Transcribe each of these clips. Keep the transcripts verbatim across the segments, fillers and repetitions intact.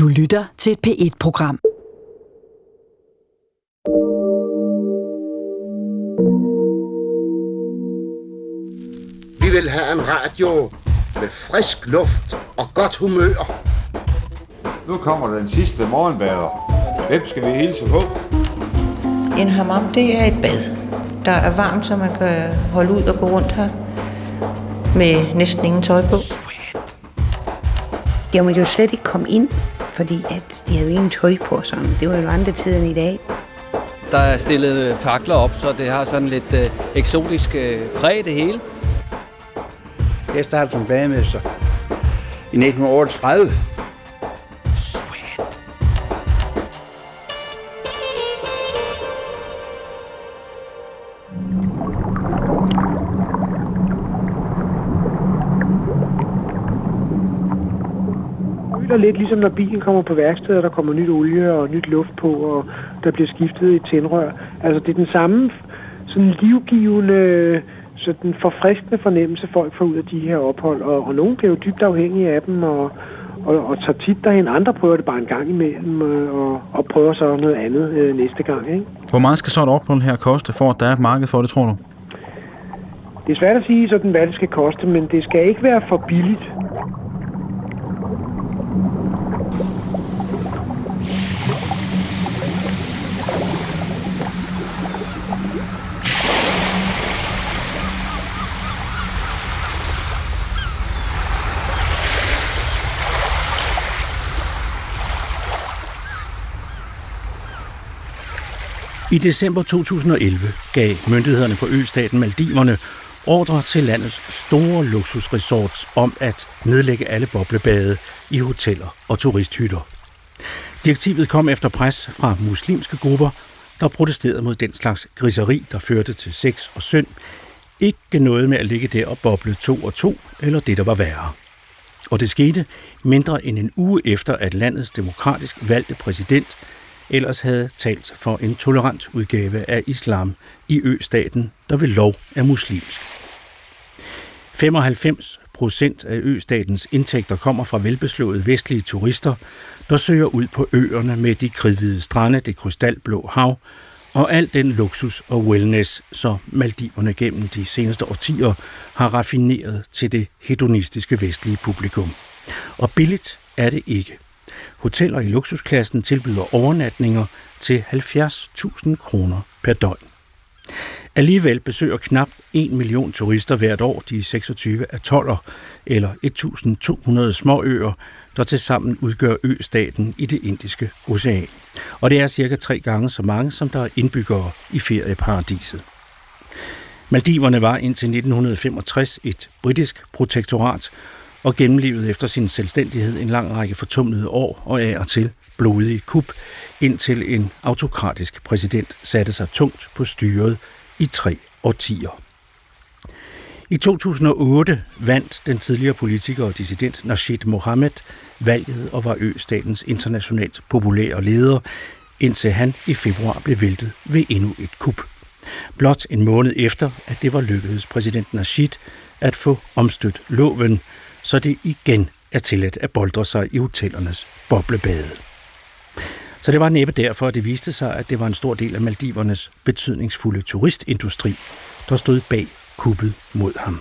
Du lytter til et P et program. Vi vil have en radio med frisk luft og godt humør. Nu kommer den sidste morgenbader. Hvem skal vi hilse på? En hammam, det er et bad, der er varmt, så man kan holde ud og gå rundt her med næsten ingen tøj på. Jeg måtte jo slet ikke komme ind, fordi at de havde ingen tøj på. Sådan. Det var jo andre tider end i dag. Der er stillet fakler op, så det har sådan lidt øh, eksotisk øh, præg det hele. Jeg startede som bagemester i nitten otteogtredive. Det er lidt ligesom når bilen kommer på værkstedet, og der kommer nyt olie og nyt luft på, og der bliver skiftet i tændrør. Altså det er den samme sådan livgivende, sådan forfriskende fornemmelse, folk får ud af de her ophold, og, og nogen bliver jo dybt afhængige af dem, og, og, og tager tit derhen. Andre prøver det bare en gang imellem, og, og prøver så noget andet øh, næste gang, ikke? Hvor meget skal så et ophold her koste, for at der er et marked for det, tror du? Det er svært at sige sådan, hvad det skal koste, men det skal ikke være for billigt. I december to tusind og elleve gav myndighederne på østaten Maldiverne ordre til landets store luksusresorts om at nedlægge alle boblebade i hoteller og turisthytter. Direktivet kom efter pres fra muslimske grupper, der protesterede mod den slags griseri, der førte til sex og synd. Ikke noget med at ligge der og boble to og to, eller det, der var værre. Og det skete mindre end en uge efter, at landets demokratisk valgte præsident ellers havde talt for en tolerant udgave af islam i østaten, der ved lov er muslimsk. femoghalvfems procent af østatens indtægter kommer fra velbeslåede vestlige turister, der søger ud på øerne med de kridhvide strande, det krystalblå hav og al den luksus og wellness, så Maldiverne gennem de seneste årtier har raffineret til det hedonistiske vestlige publikum. Og billigt er det ikke. Hoteller i luksusklassen tilbyder overnatninger til halvfjerds tusind kroner per døgn. Alligevel besøger knap en million turister hvert år de seksogtyve atoller eller et tusind to hundrede småøer, der tilsammen udgør østaten i det Indiske Ocean. Og det er cirka tre gange så mange, som der er indbyggere i ferieparadiset. Maldiverne var indtil nitten femogtres et britisk protektorat, og gennemlevede efter sin selvstændighed en lang række fortumlede år og af og til blodige kup, indtil en autokratisk præsident satte sig tungt på styret i tre årtier. I to tusind og otte vandt den tidligere politiker og dissident Nasheed Mohammed valget og var østatens internationalt populære leder, indtil han i februar blev væltet ved endnu et kup. Blot en måned efter, at det var lykkedes præsident Nasheed at få omstødt loven, så det igen er tilladt at boldre sig i hotellernes boblebade. Så det var næppe derfor, at det viste sig, at det var en stor del af Maldivernes betydningsfulde turistindustri, der stod bag kuppet mod ham.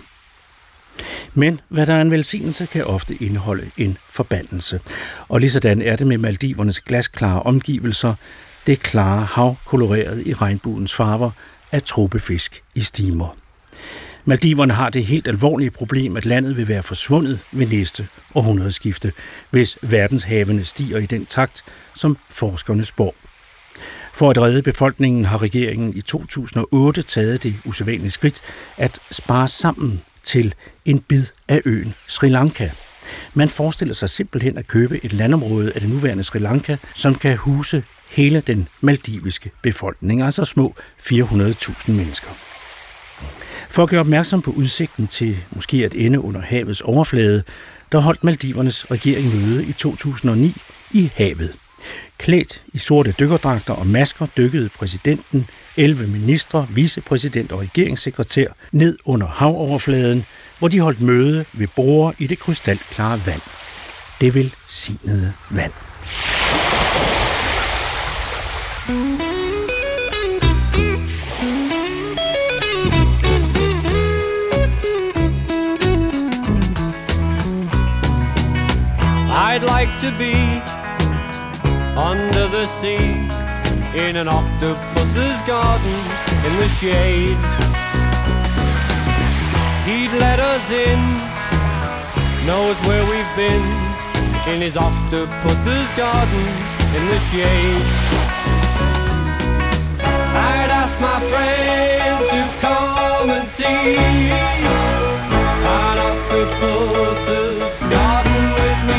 Men hvad der er en velsignelse, kan ofte indeholde en forbandelse. Og ligesådan er det med Maldivernes glasklare omgivelser, det klare hav koloreret i regnbuens farver af tropefisk i stimer. Maldiverne har det helt alvorlige problem, at landet vil være forsvundet ved næste århundredeskifte, hvis verdenshavene stiger i den takt, som forskerne spår. For at redde befolkningen har regeringen i to tusind og otte taget det usædvanlige skridt at spare sammen til en bid af øen Sri Lanka. Man forestiller sig simpelthen at købe et landområde af det nuværende Sri Lanka, som kan huse hele den maldiviske befolkning, altså små fire hundrede tusind mennesker. For at gøre opmærksom på udsigten til måske at ende under havets overflade, der holdt Maldivernes regering møde i to tusind og ni i havet. Klædt i sorte dykkerdragter og masker dykkede præsidenten, elleve ministre, vicepræsident og regeringssekretær ned under havoverfladen, hvor de holdt møde ved borde i det krystalklare vand. Det velsignede vand. I'd like to be under the sea in an octopus's garden in the shade. He'd let us in, knows where we've been, in his octopus's garden in the shade. I'd ask my friends to come and see an octopus's garden with me.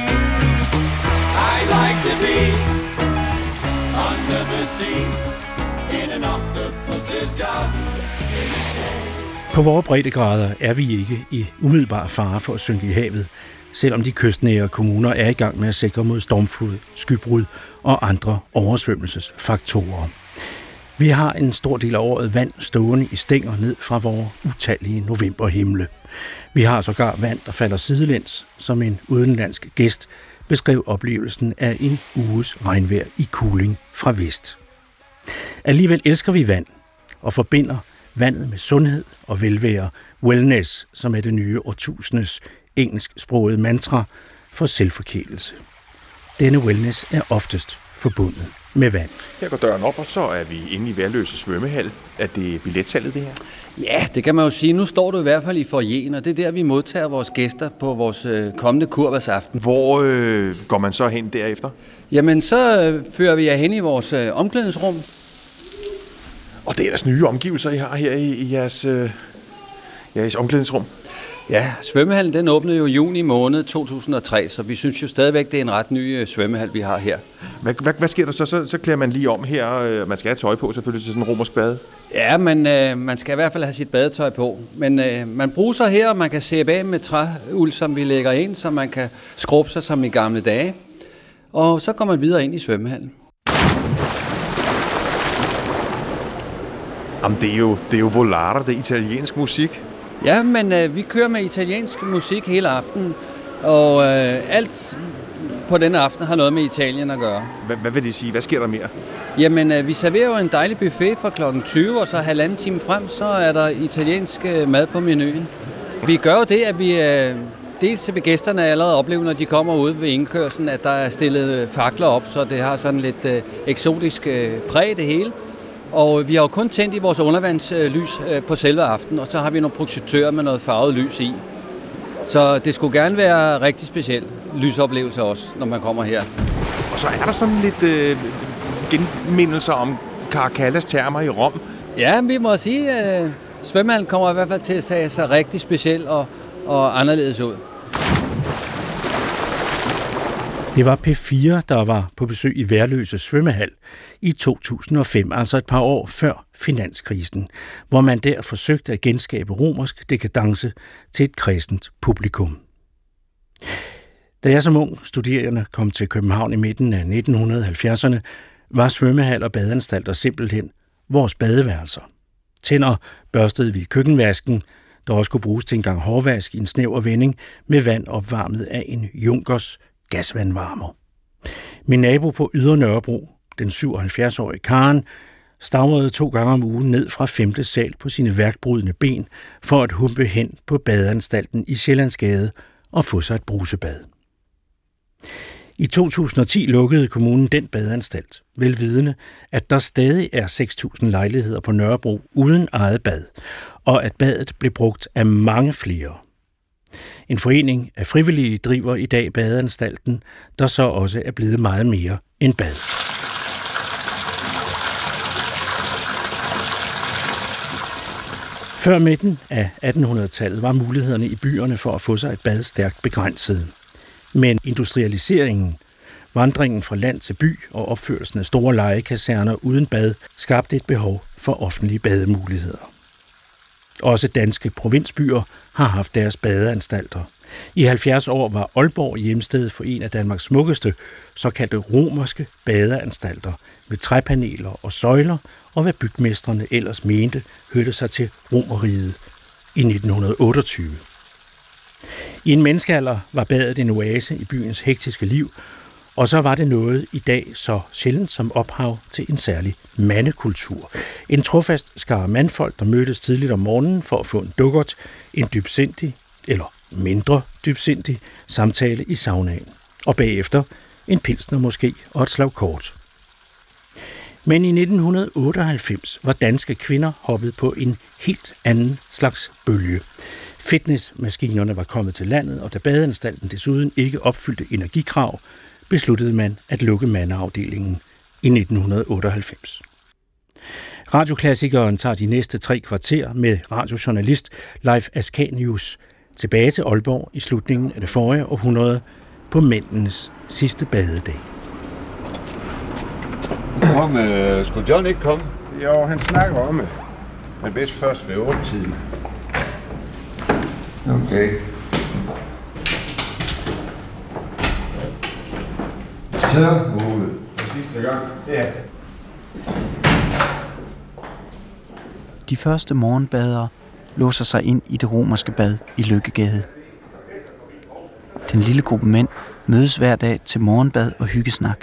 I'd like to be under the sea in an octopus's garden in the shade. På vores breddegrader er vi ikke i umiddelbar fare for at synke i havet, selvom de kystnære kommuner er i gang med at sikre mod stormflod, skybrud og andre oversvømmelsesfaktorer. Vi har en stor del af året vand stående i stænger ned fra vores utallige novemberhimle. Vi har sågar vand, der falder sidelæns, som en udenlandsk gæst beskrev oplevelsen af en uges regnvejr i kuling fra vest. Alligevel elsker vi vand og forbinder vandet med sundhed og velvære, wellness, som er det nye årtusindes engelsksprogede mantra for selvforkælelse. Denne wellness er oftest forbundet med vand. Her går døren op, og så er vi inde i Værløse svømmehal. Er det billetsalget, det her? Ja, det kan man jo sige. Nu står du i hvert fald i foyeren, og det er der, vi modtager vores gæster på vores øh, kommende kurvasaften. Hvor øh, går man så hen derefter? Jamen, så øh, fører vi jer hen i vores øh, omklædningsrum. Og det er ellers nye omgivelser, I har her i, i jeres, øh, jeres omklædningsrum. Ja, svømmehallen den åbnede jo i juni måned to tusind og tre, så vi synes jo stadigvæk, det er en ret ny svømmehal, vi har her. Hvad, hvad, hvad sker der så? så? Så klæder man lige om her, man skal have tøj på selvfølgelig til sådan en romersk bade. Ja, men øh, man skal i hvert fald have sit badetøj på. Men øh, man bruser her, og man kan sæbe af med træuld, som vi lægger ind, så man kan skrubbe sig som i gamle dage. Og så går man videre ind i svømmehallen. Jamen, det er jo, det er jo Volare, det er italiensk musik. Ja, men øh, vi kører med italiensk musik hele aftenen, og øh, alt på denne aften har noget med Italien at gøre. Hvad, hvad vil det sige? Hvad sker der mere? Jamen, øh, vi serverer jo en dejlig buffet fra klokken tyve, og så halvanden time frem, så er der italiensk øh, mad på menuen. Vi gør jo det, at vi øh, dels til gæsterne allerede oplever, når de kommer ud ved indkørslen, at der er stillet fakler op, så det har sådan lidt øh, eksotisk øh, præg det hele. Og vi har jo kun tændt i vores undervandslys på selve aftenen, og så har vi nogle projektører med noget farvet lys i. Så det skulle gerne være rigtig speciel lysoplevelse også, når man kommer her. Og så er der sådan lidt øh, genmindelser om Caracallas termer i Rom. Ja, vi må sige, at øh, svømmehallen kommer i hvert fald til at se sig rigtig speciel og, og anderledes ud. Det var P fire, der var på besøg i Værløse svømmehal i to tusind og fem, altså et par år før finanskrisen, hvor man der forsøgte at genskabe romersk dekadence til et kristent publikum. Da jeg som ung studerende kom til København i midten af nitten halvfjerdserne, var svømmehal og badeanstalter simpelthen vores badeværelser. Tænder børstede vi køkkenvasken, der også kunne bruges til en gang hårvask i en snæver vending med vand opvarmet af en Junkers gasvandvarmer. Min nabo på Ydre Nørrebro, den syvoghalvfjerds-årige Karen, stavrede to gange om ugen ned fra femte sal på sine værkbrydende ben for at humpe hen på badeanstalten i Sjællandsgade og få sig et brusebad. I to tusind og ti lukkede kommunen den badeanstalt, velvidende, at der stadig er seks tusind lejligheder på Nørrebro uden eget bad, og at badet blev brugt af mange flere. En forening af frivillige driver i dag badeanstalten, der så også er blevet meget mere end bad. Før midten af attenhundredetallet var mulighederne i byerne for at få sig et bad stærkt begrænsede. Men industrialiseringen, vandringen fra land til by og opførelsen af store legekaserner uden bad skabte et behov for offentlige bademuligheder. Også danske provinsbyer har haft deres badeanstalter. I halvfjerds år var Aalborg hjemsted for en af Danmarks smukkeste, såkaldte romerske badeanstalter, med træpaneler og søjler, og hvad bygmestrene ellers mente hørte sig til Romerriget i nitten otteogtyve. I en menneskealder var badet en oase i byens hektiske liv, Og så var det noget i dag så sjældent som ophav til en særlig mandekultur. En trofast skare mandfolk, der mødtes tidligt om morgenen for at få en dukkert, en dybsindig, eller mindre dybsindig, samtale i saunaen. Og bagefter en pilsner måske og et slag kort. Men i nitten otteoghalvfems var danske kvinder hoppet på en helt anden slags bølge. Fitnessmaskinerne var kommet til landet, og da badeanstalten desuden ikke opfyldte energikrav, besluttede man at lukke mandeafdelingen i nitten otteoghalvfems. Radioklassikeren tager de næste tre kvarter med radiojournalist Leif Askanius tilbage til Aalborg i slutningen af det forrige århundrede på mændenes sidste badedag. Kom, øh, skulle John ikke komme? Jo, han snakker om det. Men bedst først ved otte-tiden. Okay. Så, Ole. Sidste gang. Ja. De første morgenbadere låser sig ind i det romerske bad i Lykkegade. Den lille gruppe mænd mødes hver dag til morgenbad og hyggesnak.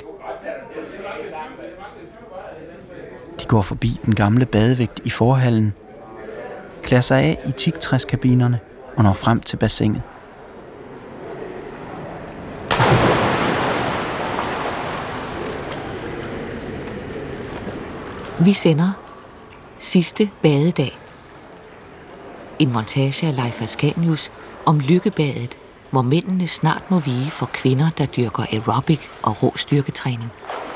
De går forbi den gamle badevægt i forhallen, klæder sig af i teaktræskabinerne og når frem til bassinet. Vi sender sidste badedag. En montage af Leif Askanius om Lykkebadet, hvor mændene snart må vige for kvinder, der dyrker aerobic og rå styrketræning.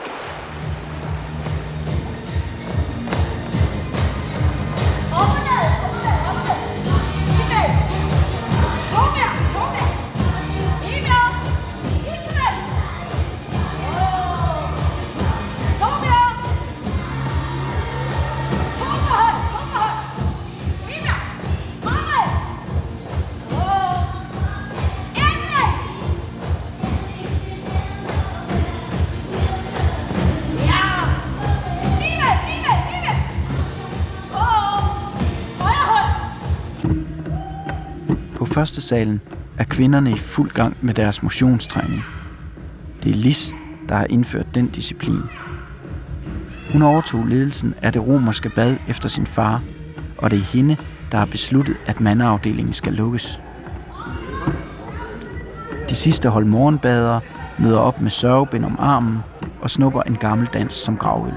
På første salen er kvinderne i fuld gang med deres motionstræning. Det er Lis, der har indført den disciplin. Hun overtog ledelsen af det romerske bad efter sin far, og det er hende, der har besluttet, at mandeafdelingen skal lukkes. De sidste hold morgenbadere møder op med sørgebind om armen og snupper en gammel dans som gravøl.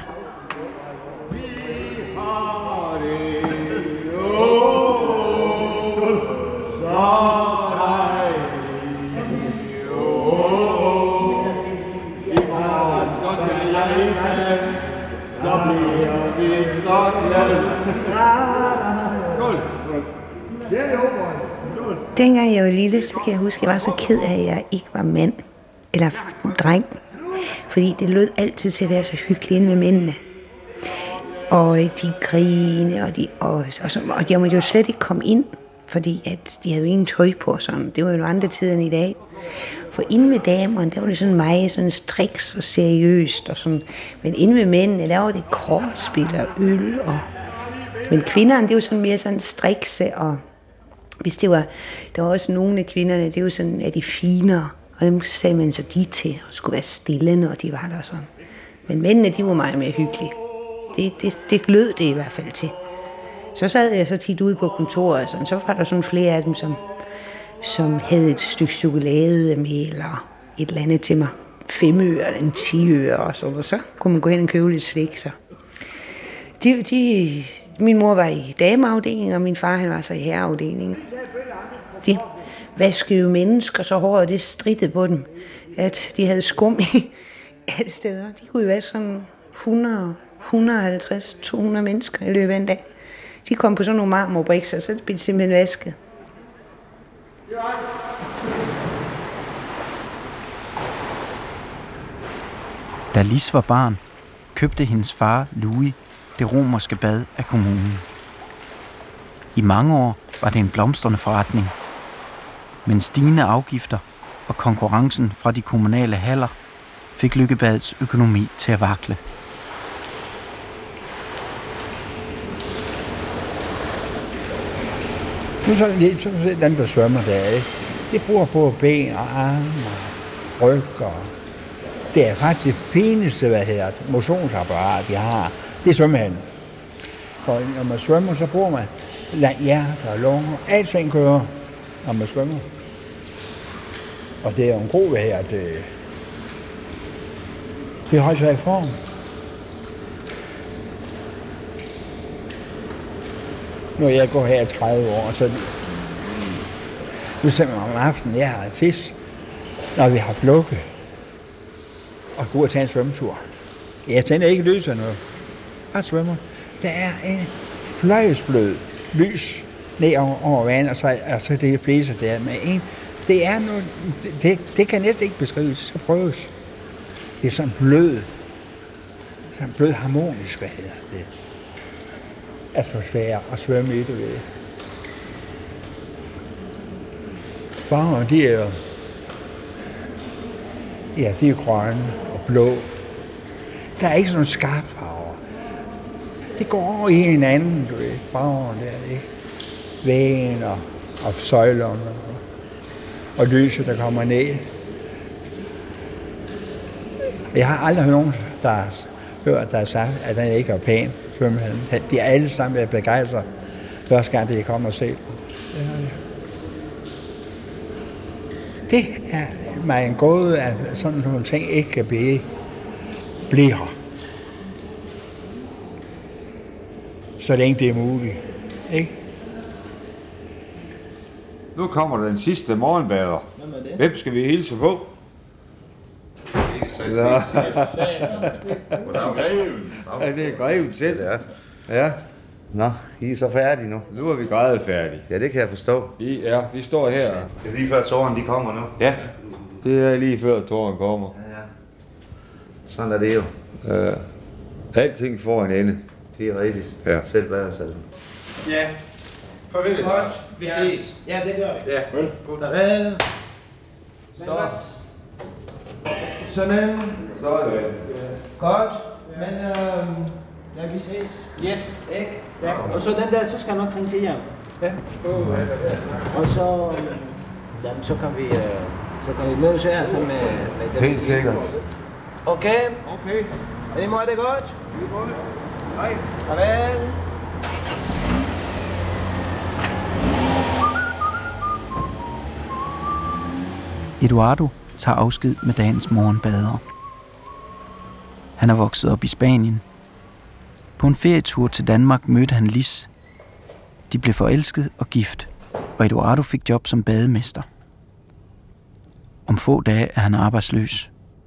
Dengang jeg var lille, så kan jeg huske, at jeg var så ked af, at jeg ikke var mand eller dreng. Fordi det lød altid til at være så hyggeligt med mændene. Og de grine, og de, og, og, så, og jeg måtte jo slet ikke komme ind, fordi at de havde jo ingen tøj på. Sådan. Det var jo andre tider end i dag. For inde med damerne, der var det sådan meget sådan striks og seriøst. Og sådan. Men inde med mændene, der var det kortspil og øl. Og... Men kvinderne, det var sådan mere sådan strikse og... Hvis det var, der var også nogle af kvinderne, det var sådan, at de finere, og dem sagde man så de til, og skulle være stille, når de var der sådan. Men mændene, de var meget mere hyggelige. Det, det, det lød det i hvert fald til. Så sad jeg så tit ude på kontoret, og sådan, så var der sådan flere af dem, som, som havde et stykke chokolade med, eller et eller andet til mig. Fem øre, eller en ti øre, og sådan, og så kunne man gå hen og købe lidt slik, så. De, de, min mor var i dameafdelingen, og min far han var så i herreafdelingen. De vaskede jo mennesker, så håret det strittede på dem, at de havde skum i alle steder. De kunne jo vaske sådan hundrede, et hundrede og halvtreds, to hundrede mennesker i løbet af en dag. De kom på sådan nogle marmorbrikser, så blev de simpelthen vasket. Da Lis var barn, købte hendes far, Louis, det romerske bad af kommunen. I mange år var det en blomstrende forretning. Men stigende afgifter og konkurrencen fra de kommunale haller fik Lykkebadets økonomi til at vakle. Nu så lidt, så ser dem, der svømmer der, ikke? De bruger på ben og arme og ryg og Det er faktisk det fineste, hvad hedder det, motionsapparat, vi har. Det er svømmehallen. Og når man svømmer, så bruger man hjerte og lunger. Alting kører, når man svømmer. Og det er jo en god, hvad hedder det, det holder sig i form. Nu er jeg gået her i tredive år, så nu simpelthen om aftenen, jeg har tis, når vi har lukket og gå ud og tage en svømmetur. Jeg tænker ikke løs af noget. Bare svømmer. Der er en fløjsblød lys ned over, over vandet, og så, og så det flæser der med en. Det er noget, det, det kan næsten ikke beskrives, det skal prøves. Det er sådan blød, sådan blød harmonisk, hvad hedder det. Atmosfære og svømme i det ved. Farverne, de er jo, ja, de er grønne og blå. Der er ikke sådan nogle skarpe farver. Det går over i hinanden, du ved, farverne der, ikke? Vægen og, og søjlerne og, og lyset, der kommer ned. Jeg har aldrig hørt nogen, der har hørt, der har sagt, at den ikke er pæn, svømmehallen. De er alle sammen været begejstrede, første gang, de kommer og se den. Det er mig en gåde, at sådan nogle ting ikke kan blive, blive her. Så længe det er muligt, ikke? Nu kommer den sidste morgenbader. Hvem skal vi hilse på? Ja, det er greven selv. Ja. Ja. Nå, I er så færdige nu. Nu er vi grædet færdige. Ja, det kan jeg forstå. I, ja, vi står her. Det er lige før tårerne de kommer nu. Ja, det er lige før tårerne kommer. Ja, ja. Sådan er det jo. Ja. Alting får en ende. Det er rigtigt. Ja. Selv badeanstalten. Ja. Farvel. Godt, vi ses. Ja, det gør vi. Ja. Goddag. Så. Sådan. Sådan. Godt, men øh, ja, vi ses. Yes. Ikke? Ja. Og så den der, så skal jeg nok ringe til jer. Ja. Og så, jamen, så kan vi, øh, så kan vi mødes her sammen med, med dem. Helt sikkert. Okay. Okay. Er I må det godt? Hej. Farvel. Eduardo tager afsked med dagens morgenbader. Han er vokset op i Spanien. På en ferietur til Danmark mødte han Lis. De blev forelsket og gift, og Eduardo fik job som bademester. Om få dage er han arbejdsløs.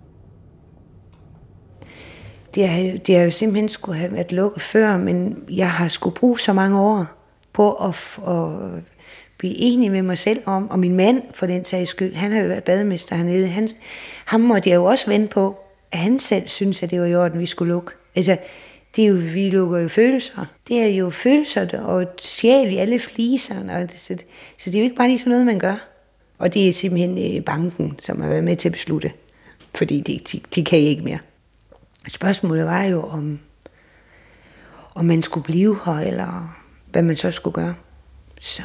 Det har, jo, det har jo simpelthen skulle have været lukket før, men jeg har skulle bruge så mange år på at, at blive enig med mig selv om, og min mand for den sags skyld, han har jo været bademester hernede. Han, ham måtte jeg jo også vende på, at han selv synes, at det var i orden, vi skulle lukke. Altså, det er jo, vi lukker jo følelser. Det er jo følelser og sjæl i alle fliserne, og det, så, så det er jo ikke bare lige sådan noget, man gør. Og det er simpelthen banken, som har været med til at beslutte, fordi de, de, de kan ikke mere. Spørgsmålet var jo, om, om man skulle blive her, eller hvad man så skulle gøre. Så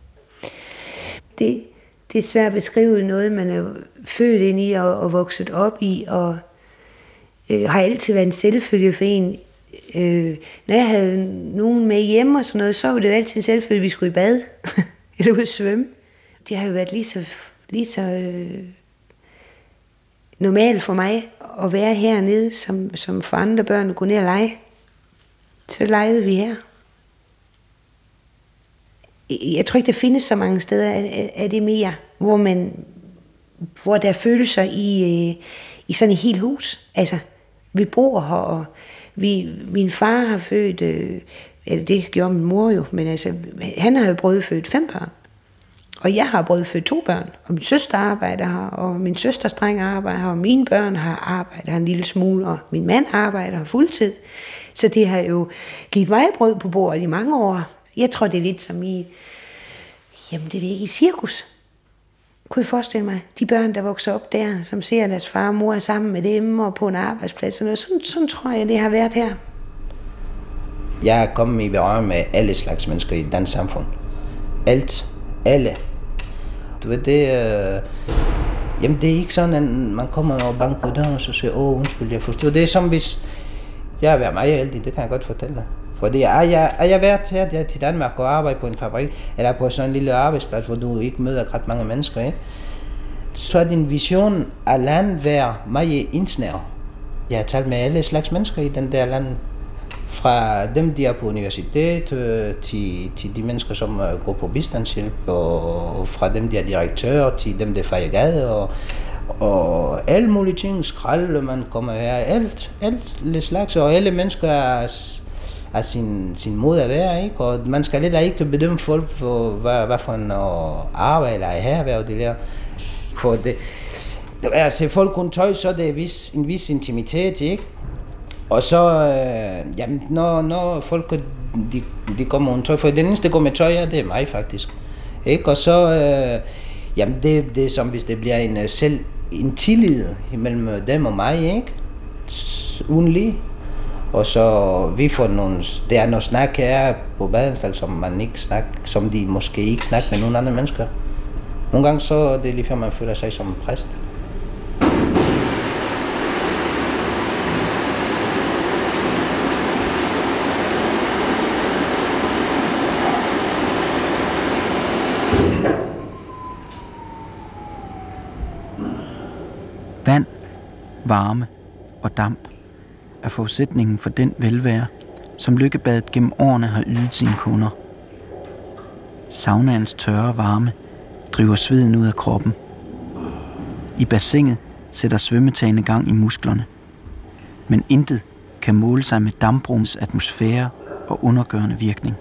det, det er svært at beskrive noget, man er født ind i og, og vokset op i, og øh, har altid været en selvfølge for en. Øh, når jeg havde nogen med hjemme og sådan noget, så var det jo altid en selvfølge, at vi skulle i bad, eller ud at svømme. Det har jo været lige så, lige så øh, normalt for mig at være hernede, som, som for andre børn at gå ned og lege. Så legede vi her. Jeg tror ikke, der findes så mange steder af det mere, hvor, man, hvor der er følelser i, i sådan et helt hus. Altså, vi bor her, og vi, min far har født, eller det gjorde min mor jo, men altså, han har jo brødfødt fem børn. Og jeg har brødfødt to børn, og min søster arbejder her, og min søsters dreng arbejder her, og mine børn har arbejdet her en lille smule, og min mand arbejder her fuldtid. Så det har jo givet mig brød på bordet i mange år. Jeg tror, det er lidt som i, jamen det er ikke i cirkus. Kunne I forestille mig, de børn, der vokser op der, som ser deres far og mor er sammen med dem, og på en arbejdsplads, og noget. Sådan, sådan tror jeg, det har været her. Jeg er kommet i berøring med alle slags mennesker i et dansk samfund. Alt. Alle. Du ved, det, Jamen, det er ikke sådan, at man kommer og banker på døren, og så siger, åh, undskyld, jeg forstår. Det er som hvis jeg har været meget heldig, det kan jeg godt fortælle dig. Fordi er jeg, er jeg været her til Danmark og arbejde på en fabrik, eller på sådan en lille arbejdsplads, hvor du ikke møder ret mange mennesker, ikke? Så er din vision af land være meget indsnæver. Jeg har talt med alle slags mennesker i den der land. Fra dem, der er på universitet, til, til de mennesker, som går på bistandshjælp, og fra dem, der er direktører, til dem, der fejrer gade, og, og alle mulige ting, skrald, man kommer her, alt, alt slags, og alle mennesker er, er sin, sin måde at være, ikke? Og man skal heller ikke bedømme folk for, hvad, hvad for en arbejde eller herværv de lærer. For det, altså folk kun tøj, så er det en vis, en vis intimitet, ikke? Og så, øh, jamen, når, når folk de, de går med tøj, for den eneste, der går med tøj, ja, det er mig faktisk. Ikke? Og så, øh, jamen, det, det er som hvis det bliver en selv en tillid mellem dem og mig, ikke? Uden lige. Og så vi får nogle, der er noget snak her på badeanstalt, som man ikke snakker, som de måske ikke snakker med nogle andre mennesker. Nogle gange så er det lige før man føler sig som en præst. Vand, varme og damp er forudsætningen for den velvære, som Lykkebadet gennem årene har ydet sine kunder. Saunaens tørre varme driver sveden ud af kroppen. I bassinet sætter svømmetagene gang i musklerne. Men intet kan måle sig med dampbrugens atmosfære og undergørende virkning.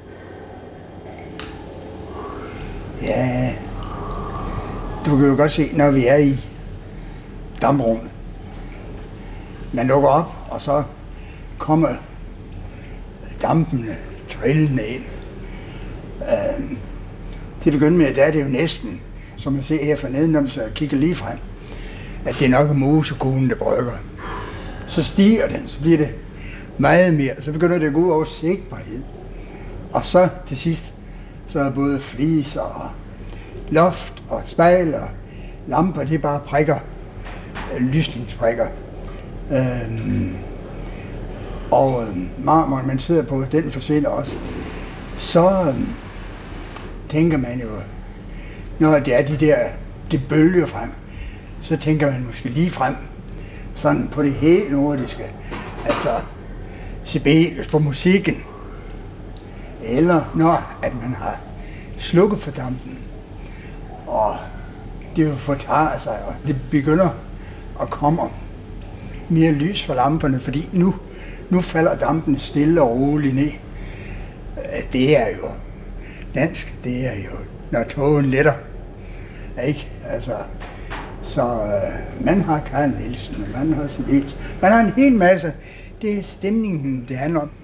Ja, du kan jo godt se, når vi er i damprummet. Man lukker op, og så kommer dampene trillende ind. Øh, til at begynde med, der er det jo næsten, som man ser her forneden, når man så kigger lige frem, at det er nok mosekonen, der brygger. Så stiger den, så bliver det meget mere, så begynder det at gå ud over sigtbarhed. Og så til sidst, så er både fliser og loft og spejl og lamper, det er bare prikker, lysningsprikker. Øhm, og øhm, marmoren, man sidder på, den forsvinder også. Så øhm, tænker man jo, når det er de der, det bølger frem, så tænker man måske lige frem, sådan på det helt nordiske, altså Sibelius på musikken, eller når at man har slukket for dampen, og det jo fortager sig, og det begynder at komme mere lys fra lamperne, fordi nu, nu falder dampen stille og roligt ned. Det er jo dansk, det er jo, når togen letter, ikke? Altså, så øh, man har Carl Nielsen, og man har Sibelius, man har en hel masse, det er stemningen, det handler om.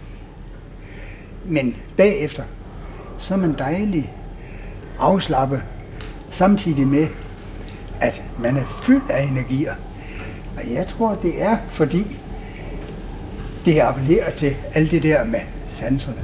Men bagefter, så er man dejlig afslappet, samtidig med, at man er fyldt af energier. Og jeg tror, det er, fordi det appellerer til alt det der med sanserne.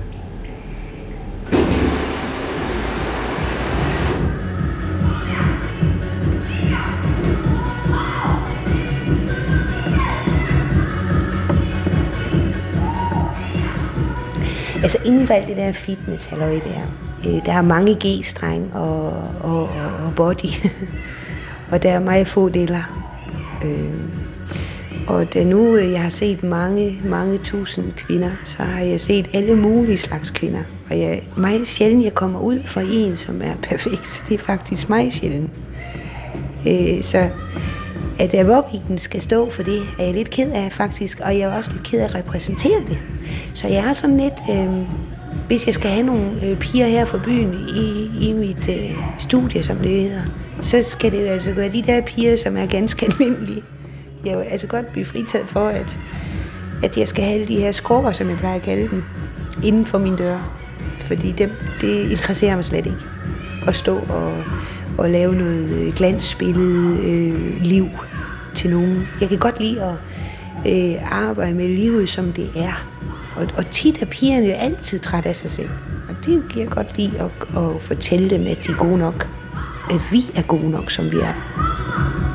Altså inden for alt det der fitness, halløj der, øh, der er mange G-streng og, og, og body, og der er meget få deler. Øh, og da nu jeg har set mange, mange tusind kvinder, så har jeg set alle mulige slags kvinder. Og jeg, meget sjældent jeg kommer ud for en, som er perfekt. Det er faktisk meget sjældent. Øh, så at aerobicen skal stå for det, er jeg lidt ked af faktisk, og jeg er også lidt ked af at repræsentere det. Så jeg er sådan lidt, øh, hvis jeg skal have nogle øh, piger her fra byen i, i mit øh, studie, som det hedder, så skal det jo altså være de der piger, som er ganske almindelige. Jeg vil altså godt blive fritaget for, at, at jeg skal have de her skrukker, som jeg plejer at kalde dem, inden for min dør. Fordi dem, det interesserer mig slet ikke. At stå og, og lave noget glansbillede øh, liv til nogen. Jeg kan godt lide at øh, arbejde med livet, som det er. Og, og tit er pigerne jo altid træt af sig selv. Og det kan jeg godt lide at, at fortælle dem, at de er gode nok. At vi er gode nok, som vi er.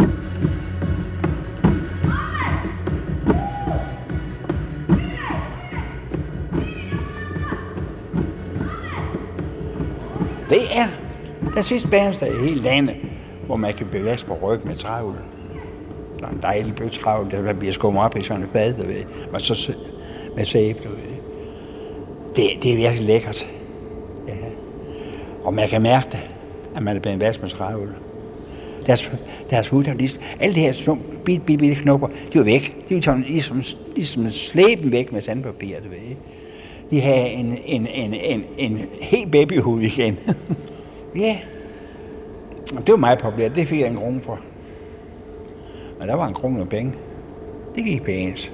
Det er den sidste badested i hele landet, hvor man kan bevæge på ryg med trævl. Der er en dejlig bøtrævl, der bliver skummet op i sådan et bad, du ved. Og så med sæbe, du ved. Det, det er virkelig lækkert. Ja. Og man kan mærke det, at man er blevet vasket med trævl. Deres, deres hud, ligesom, alle de her små, bitte, bitte, bitte knopper, de var væk. De var sådan, ligesom, ligesom slæben væk med sandpapir, du ved. De havde en, en, en, en, en helt babyhud igen. Ja. Det var meget populært, det fik jeg en krone for. Men der var en krone af penge. Det gik pænt.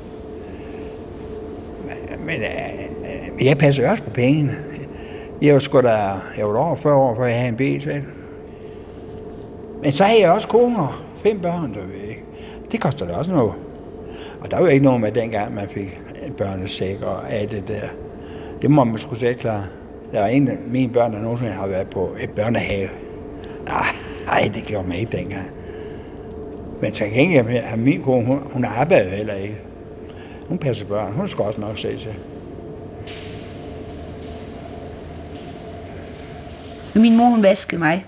Men, men øh, jeg passede også på pengene. Jeg var sgu da, jeg var over fyrre år, før jeg havde en bil selv. Men så havde jeg også koner, fem børn, der ved ikke. Det koster da også noget. Og der var jo ikke noget med dengang, man fik en børnesæk og alt det der. Det må man sgu selv klare. Der var en af mine børn, der nogensinde har været på et børnehave. Nej, nej, det gjorde man ikke dengang. Men så gengæld har min kone, hun, hun arbejder heller ikke. Hun passer børn, hun skal også nok se til. Min mor, hun vaskede mig.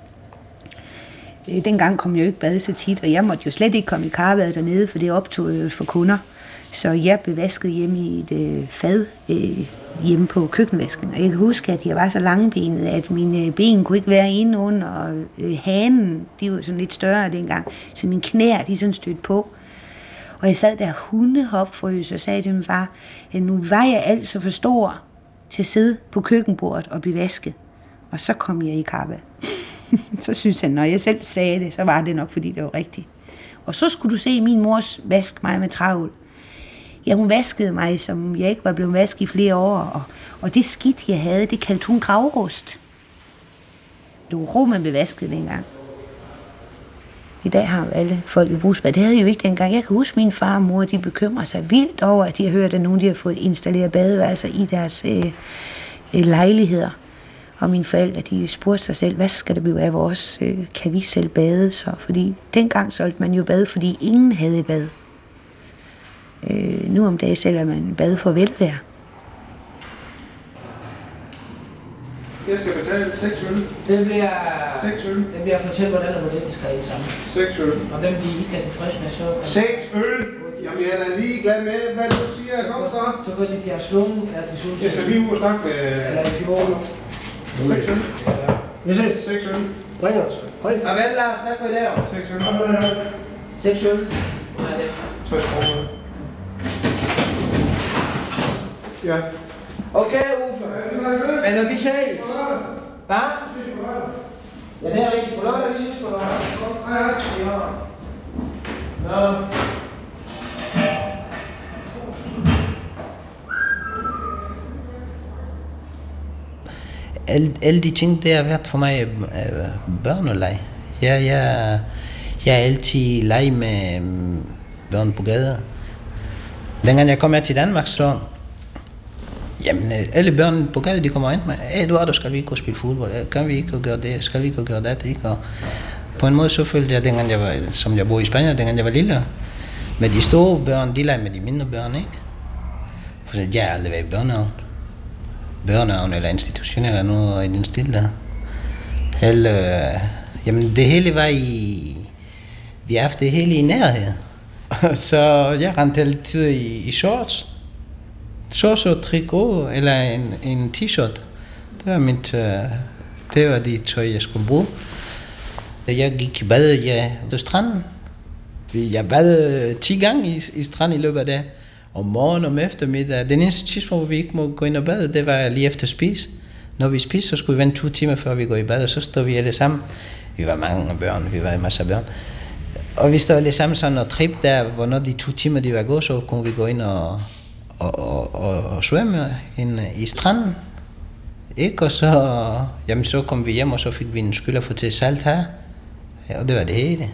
Dengang kom jeg jo ikke bade så tit, og jeg måtte jo slet ikke komme i karbad dernede, for det optog for kunder. Så jeg blev vasket hjemme i et øh, fad øh, hjemme på køkkenvasken. Og jeg kan huske, at jeg var så langbenet, at mine ben kunne ikke være inde under, og øh, hanen, de var sådan lidt større dengang, så mine knæer, de sådan stødte på. Og jeg sad der hundehopfrøs og sagde til min far, at nu var jeg altså for stor til at sidde på køkkenbordet og blive vasket. Og så kom jeg i karbad. Så synes han, når jeg selv sagde det, så var det nok, fordi det var rigtigt. Og så skulle du se min mors vaske mig med travl. Ja, hun vaskede mig, som jeg ikke var blevet vasket i flere år. Og, og det skidt, jeg havde, det kaldte hun gravrust. Det var ro, man blev vasket dengang. I dag har alle folk i brugsbad. Det havde jo ikke dengang. Jeg kan huske, min far og mor, de bekymrer sig vildt over, at de har hørt, at nogen de har fået installeret badeværelser i deres øh, øh, lejligheder. Og mine forældre, de spurgte sig selv, hvad skal det blive af vores? Øh, kan vi selv bade så? Fordi dengang solgte man jo bad, fordi ingen havde bad. Øh, nu om dagen selv er man bade for velvære. Jeg skal betale seks øl. Det bliver... seks øl. Det bliver fortælle, hvordan der det skal ikke sammen. seks øl. Og dem, de ikke er tilfredse med, så... Kan... seks øl! Jamen, jeg er da lige glad med, hvad du siger. Kom så. Så går de til at slå, eller til solsiden. Jeg skal lige ud og snakke med... Eller i fjorden. seks øl. Vi ses. seks øl. Bring os. Og vel, Lars, tak for i dag. seks øl. seks øl. Hvad er det? tres kroner. Ja. Okay, Uffe. Men når vi ses. Hvad? Ja, det er rigtigt. På lørdag, vi ses på lørdag. Hej, hej. Ja. Nå. Alle, alle de ting, det har været for mig øh, børneleg. Jeg, jeg, jeg har altid leget med børn på gader. Dengang jeg kom her til Danmark, så jamen, alle børn på gaden, de kommer ind med, hey, Eduardo, skal vi ikke gå spille fodbold? Kan vi ikke gøre det? Skal vi ikke gøre det? Ikke? Og på en måde så følte jeg, dengang jeg var, som jeg boede i Spanien, dengang jeg var lille, med de store børn, de leger med de mindre børn, ikke? For jeg har aldrig været i børnehavn. Børnehavn eller institution eller noget i den stil der. Hele, jamen det hele var i, vi har haft det hele i nærhed. Så jeg rendte altid i, i shorts. Shorts og trikot eller en, en t-shirt. Det var mit, det var de tøj, jeg skulle bruge. Jeg gik i bad ja, på stranden. Jeg badede ti gange i, i stranden i løbet af det. Om morgen og om eftermiddag. Den eneste tidspunkt, hvor vi ikke må gå ind og bade, det var lige efter spis. Når vi spiste, så skulle vi vente to timer, før vi går i bad, og så stod vi alle sammen. Vi var mange børn, vi var en masse børn. Og vi stod alle sammen sådan og trip der, hvor når de to timer de var gået, så kunne vi gå ind og, og, og, og, og svømme ind i stranden. Ikke? Og så, jamen, så kom vi hjem, og så fik vi en skyld at få til salt her. Ja, og det var det hele.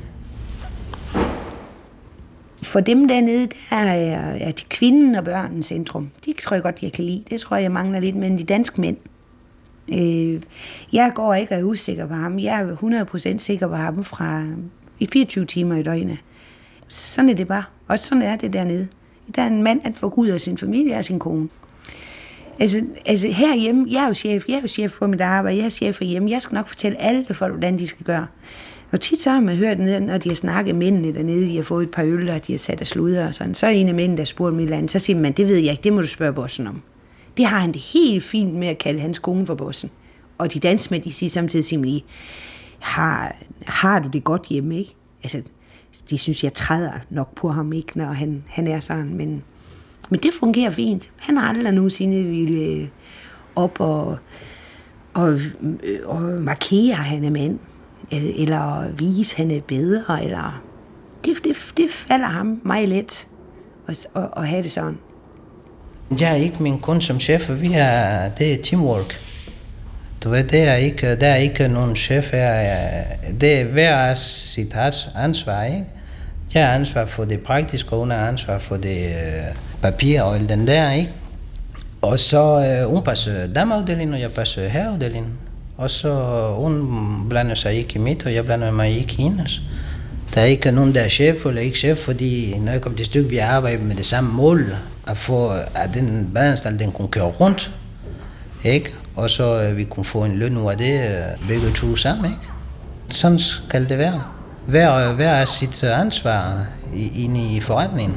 For dem dernede, der er, er de kvinden og børnens centrum. De tror jeg godt, jeg kan lide. Det tror jeg mangler lidt, men de danske mænd. Øh, jeg går ikke og er usikker på ham. Jeg er hundrede procent sikker på ham fra i fireogtyve timer i døgnet. Sådan er det bare. Og sådan er det dernede. Der er en mand, der får ud af sin familie og sin kone. Altså, altså herhjemme, jeg er jo chef, jeg er jo chef på mit arbejde, jeg er chef herhjemme, jeg skal nok fortælle alle folk, hvordan de skal gøre. Og tit så har man hørt, når de har snakket mændene dernede, de har fået et par øl, og de har sat af sludder og sådan, så er en af mændene, der spurgte mig et eller andet, så siger man, det ved jeg ikke, det må du spørge bossen om. Det har han det helt fint med at kalde hans kone for bossen. Og de dansmænd, de siger samtidig simpelthen, har, har du det godt hjemme, ikke? Altså, de synes, jeg træder nok på ham, ikke, når han, han er sådan, men, men det fungerer fint. Han har aldrig nogensinde ville op og, og, og markere, at han er mand, eller vise, at han er bedre, eller det, det, det falder ham meget let at, at, at have det sådan. Jeg er ikke min kone som chef, vi er, det er teamwork. Du ved, det er ikke, der er ikke nogen chef her. Det er hver af sit ansvar, ikke? Jeg har ansvar for det praktiske, og hun har ansvar for det øh, papir og den der, ikke? Og så øh, hun passer dameafdelingen, og jeg passer herreafdelingen. Og så hun blander sig ikke i mit, og jeg blander mig ikke i hendes. Der er ikke nogen, der er chef eller ikke chef, fordi når jeg kommer til stykke, vi arbejder med det samme mål, at få, at den badeanstalt, den kunne køre rundt, ikke? Og så uh, vi kunne få en løn ud af det, uh, begge to sammen, ikke? Sådan skal det være. Hver, hver er sit ansvar i, inde i forretningen.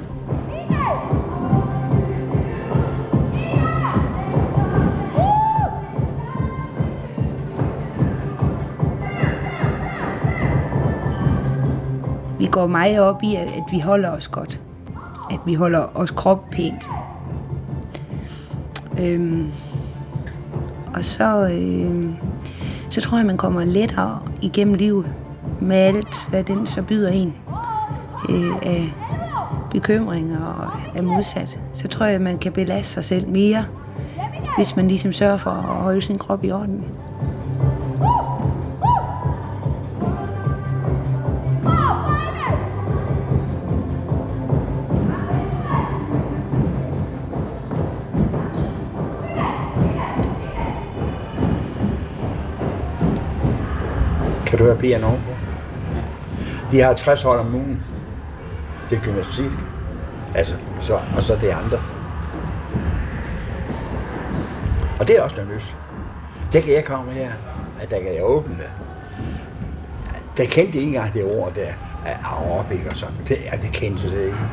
Vi går meget op i, at vi holder os godt. At vi holder os krop pænt. Øhm, og så, øhm, så tror jeg, man kommer lettere igennem livet med alt, hvad den så byder en øh, af bekymringer og af modsat. Så tror jeg, man kan belaste sig selv mere, hvis man ligesom sørger for at holde sin krop i orden. Kan du høre pigerne ovenpå? De har tres hold om ugen. Det er gymnastik. Altså, så, og så det andre. Og det er også nervøst. Der kan jeg komme her, at der kan jeg åbne det. Der kendte ikke engang det ord der, af aerobik og sådan. Det, ja, det kendte det ikke.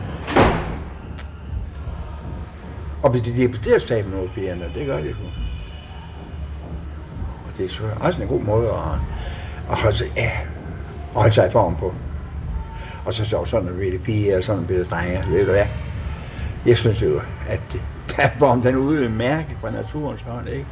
Og hvis de debuterer staben over pigerne, det gør de jo. Og det er også en god måde at og holde sig, ja, og holde sig i form på. Og så så sådan en lille pige eller sådan en lille drenge, ved du hvad? Jeg synes jo, at det, der form den ude mærke fra naturens hånd, ikke?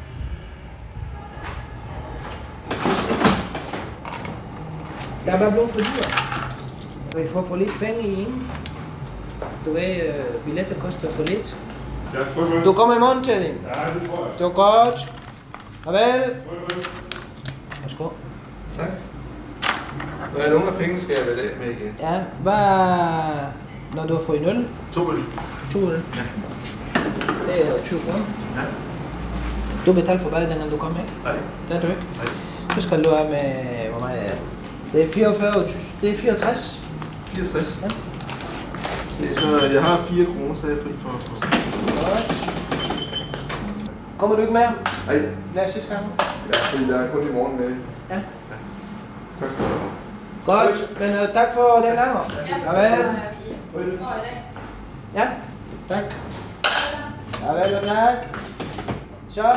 Der er bare blevet for dyrt. Vi får for lidt penge i ingen. Du ved, billetter koster for lidt. Du kommer i morgen til den? Ja, det tror jeg. Det var godt. Farvel. Værsgo. Tak. Når jeg nogle af pengene skal jeg være med igen. Ja, hvad... Når du har fået en øl? To øl. To øl? Ja. Det er tyve kroner. Ja. Du betalte for badet, dengang du kom, ikke? Nej. Det er du ikke? Nej. Så skal du have med... Hvor meget er det? Det er fireogfyrre... Det er fireogtres. fireogtres? Ja. Se, så jeg har fire kroner, så er jeg fri for... Godt. Kommer du ikke med? Nej. Lad os sidste gang. Ja, fordi der er kun i morgen med. Ja. Ja. Tak for det. Godt, men uh, tak for den gang. Ja, farvel. Ja, tak. Farvel og tak. Så.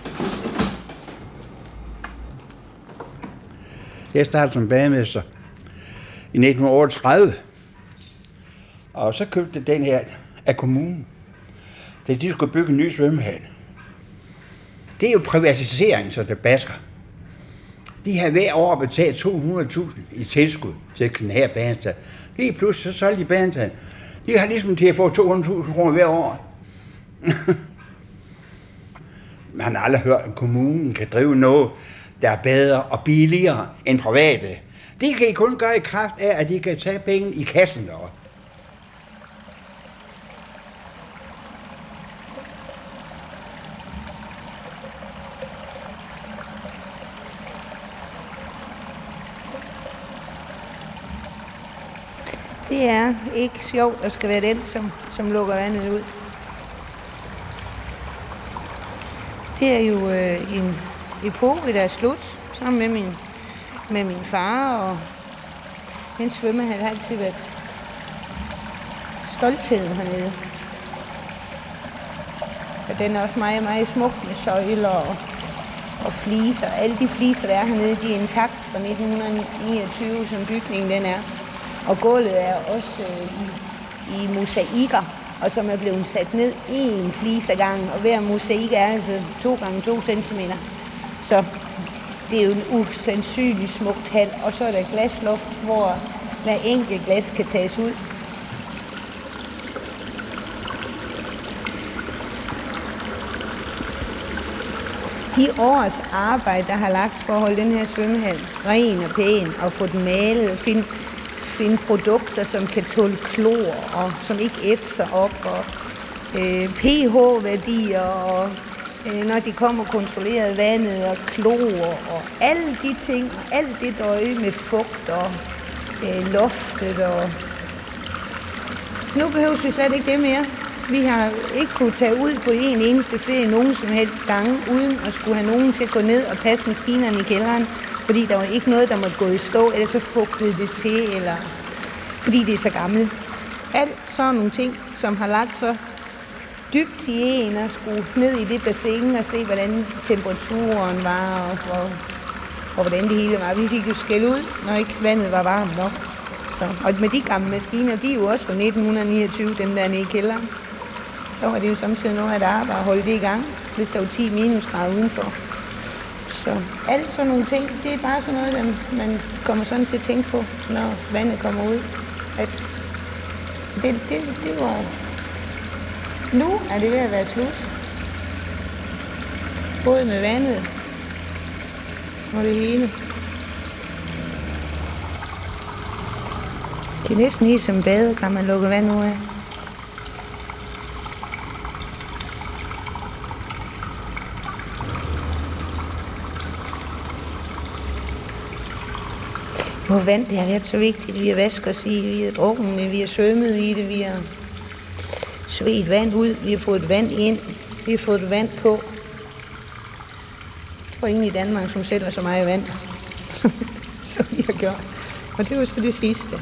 Jeg startede som bademester i nitten otteogtredive, og så købte den her af kommunen. Da de skulle bygge en ny svømmehal. Det er jo privatisering, så det basker. De har hver år betalt to hundrede tusind i tilskud til den her badeanstalt. Lige pludselig så solgte de badeanstalt. De har ligesom til at få to hundrede tusind kroner hver år. Man har aldrig hørt, at kommunen kan drive noget, der er bedre og billigere end private. Det kan I kun gøre i kraft af, at de kan tage penge i kassen deroppe. Det er ikke sjovt at skal være den, som, som lukker vandet ud. Det er jo øh, en epoke, der er slut, sammen med min, med min far, og den svømmehal har altid været stoltheden hernede. Og den er også meget, meget smuk med søjler og, og fliser. Alle de fliser, der er hernede, de er intakt fra nitten niogtyve, som bygningen den er. Og gulvet er også øh, i, i mosaikker, og som er blevet sat ned en flis ad gangen, og hver mosaik er altså to gange to centimeter. Så det er jo en usandsynlig smukt hal, og så er der glasloft, hvor hver enkelt glas kan tages ud. De års arbejde, der har lagt for at holde den her svømmehal ren og pæn, og få den malet, og finde, finde produkter, som kan tåle klor, og som ikke ætser op, og øh, pH-værdier, og øh, når de kommer kontrolleret vandet, og klor, og alle de ting, og alt det døje med fugt, og øh, loftet, og så nu behøves vi slet ikke det mere. Vi har ikke kunne tage ud på en eneste ferie nogen som helst gange, uden at skulle have nogen til at gå ned og passe maskinerne i kælderen, fordi der var ikke noget, der måtte gå i stå, eller så fugtede det til, eller fordi det er så gammelt. Alt sådan nogle ting, som har lagt så dybt i en og skulle ned i det bassin og se, hvordan temperaturen var, og, og, og hvordan det hele var. Vi fik jo skæld ud, når ikke vandet var varmt nok. Så, og med de gamle maskiner, de er jo også fra nitten niogtyve, dem der nede i kælderen. Så var det jo samtidig noget af et arbejde at holde det i gang, hvis der var ti minusgrader udenfor. Så alt sådan nogle ting, det er bare sådan noget, der man kommer sådan til at tænke på, når vandet kommer ud. At det, det, det var... Nu er det ved at være slut. Både med vandet og det hele. Det er næsten helt som bade, kan man lukke vand ud af. Hvor vand, det har været så vigtigt. Vi har vasket os i, vi har drukket det, vi har svømmet i det, vi har svedt vand ud, vi har fået vand ind, vi har fået vand på. Jeg tror ingen i Danmark, som sætter så meget vand, som vi har gjort. Og det var så det sidste.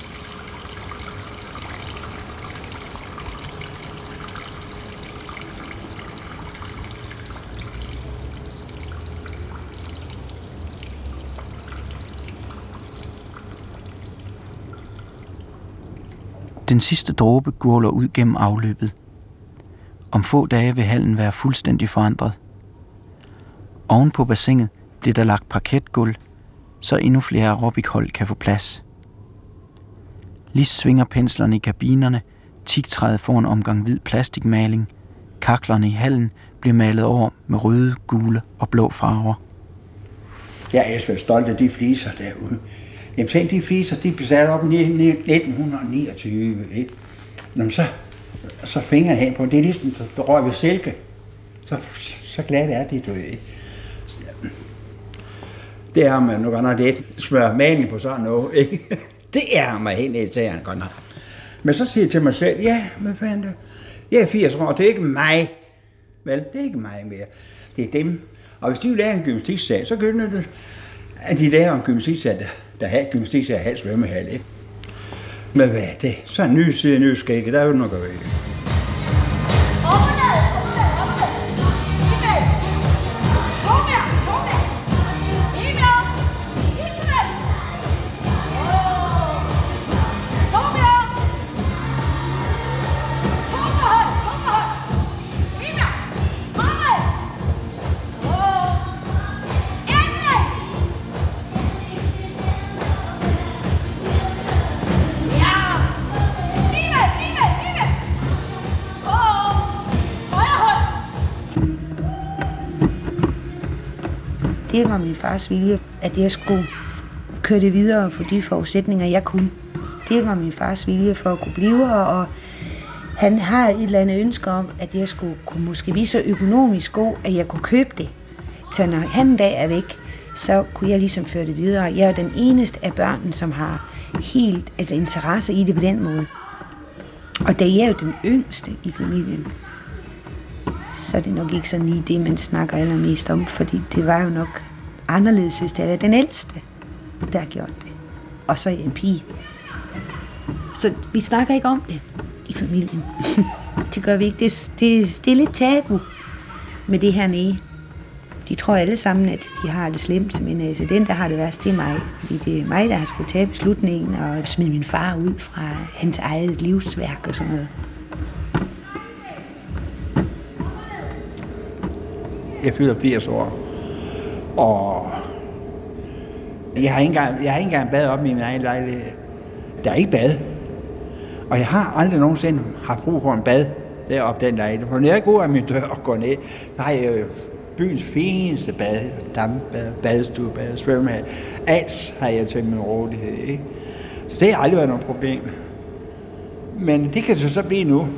Den sidste dråbe gurler ud gennem afløbet. Om få dage vil hallen være fuldstændig forandret. Oven på bassinet bliver der lagt parketgulv, så endnu flere aerobikhold kan få plads. Lis svinger penslerne i kabinerne, teaktræet får en omgang hvid plastikmaling, kaklerne i hallen bliver malet over med røde, gule og blå farver. Jeg er så stolt af de fliser derude. Jamen tænk, de fliser, de blev sat op i nitten niogtyve, ikke? Nå, så, så fingrer jeg hen på, det er ligesom, der rører ved silke. Så, så glad er det, du ved. Det er man nu godt nok lidt smør maling på sådan noget, ikke? Det er mig helt ned til, han godt nok. Men så siger jeg til mig selv, ja, hvad fanden det? Jeg er firs år, det er ikke mig. Vel, det er ikke mig mere. Det er dem. Og hvis de vil lære en gymnastiksal, så gør det, at de lærer en gymnastiksal, der, der har gymnastiksal og halv svømmehal, ikke? Men hvad er det? Så en ny side, ny skægge, der er jo noget at gøre. Det var min fars vilje, at jeg skulle køre det videre for de forudsætninger, jeg kunne. Det var min fars vilje for at kunne blive her, og han har et eller andet ønske om, at jeg skulle kunne måske blive så økonomisk god, at jeg kunne købe det. Så når han en dag er væk, så kunne jeg ligesom føre det videre. Jeg er den eneste af børnene, som har helt altså interesse i det på den måde. Og da jeg er jo den yngste i familien, så er det nok ikke sådan lige det, man snakker allermest om, fordi det var jo nok anderledes, hvis det er den ældste, der har gjort det. Og så en pige. Så vi snakker ikke om det i familien. Det gør vi ikke. Det, det, det er lidt tabu med det her nede. De tror alle sammen, at de har det slemt, men altså, den, der har det værst, det er mig. Fordi det er mig, der har skulle tage beslutningen og smide min far ud fra hans eget livsværk og sådan noget. Jeg fylder firs år, og jeg har ikke engang, jeg har ikke engang bad op i min egen lejlighed. Der er ikke bad. Og jeg har aldrig nogensinde haft brug for en bad deroppe den lejlighed. For når jeg går af min dør og går ned, så har jeg jo byens fineste bad, dampbad, badestue, bad, svømmehal. Alt har jeg til min rådighed, ikke? Så det har aldrig været noget problem. Men det kan det så blive nu.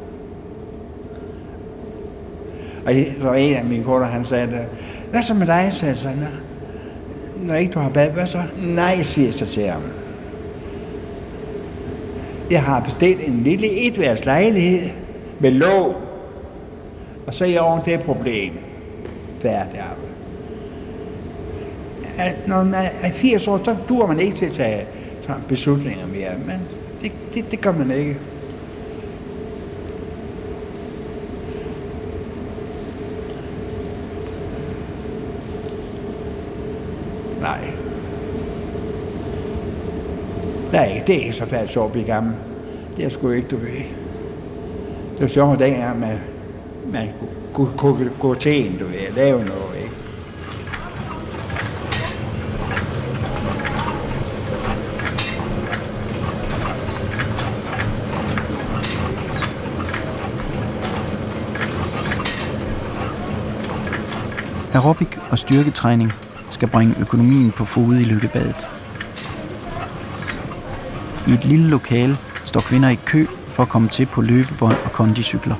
Og så en af mine kunder, han sagde, hvad så med dig, sagde jeg, når ikke du har bad, hvad så? Nej, siger jeg så til ham. Jeg har bestilt en lille etværelses lejlighed med låg, og så er jeg oven det problem. Færdig arbejde. At når man er firs år, så dur man ikke til at tage beslutninger mere, men det, det, det gør man ikke. Nej. Det er ikke, det er ikke så færdigt sjovt at blive gammel. Det er sgu ikke, du ved. Det var sjovt dengang, man, man kunne, kunne, kunne gå til en, du ved, lave noget, ikke? Aerobic og styrketræning skal bringe økonomien på fode i Lykkebadet. I et lille lokale står kvinder i kø for at komme til på løbebånd og kondicykler.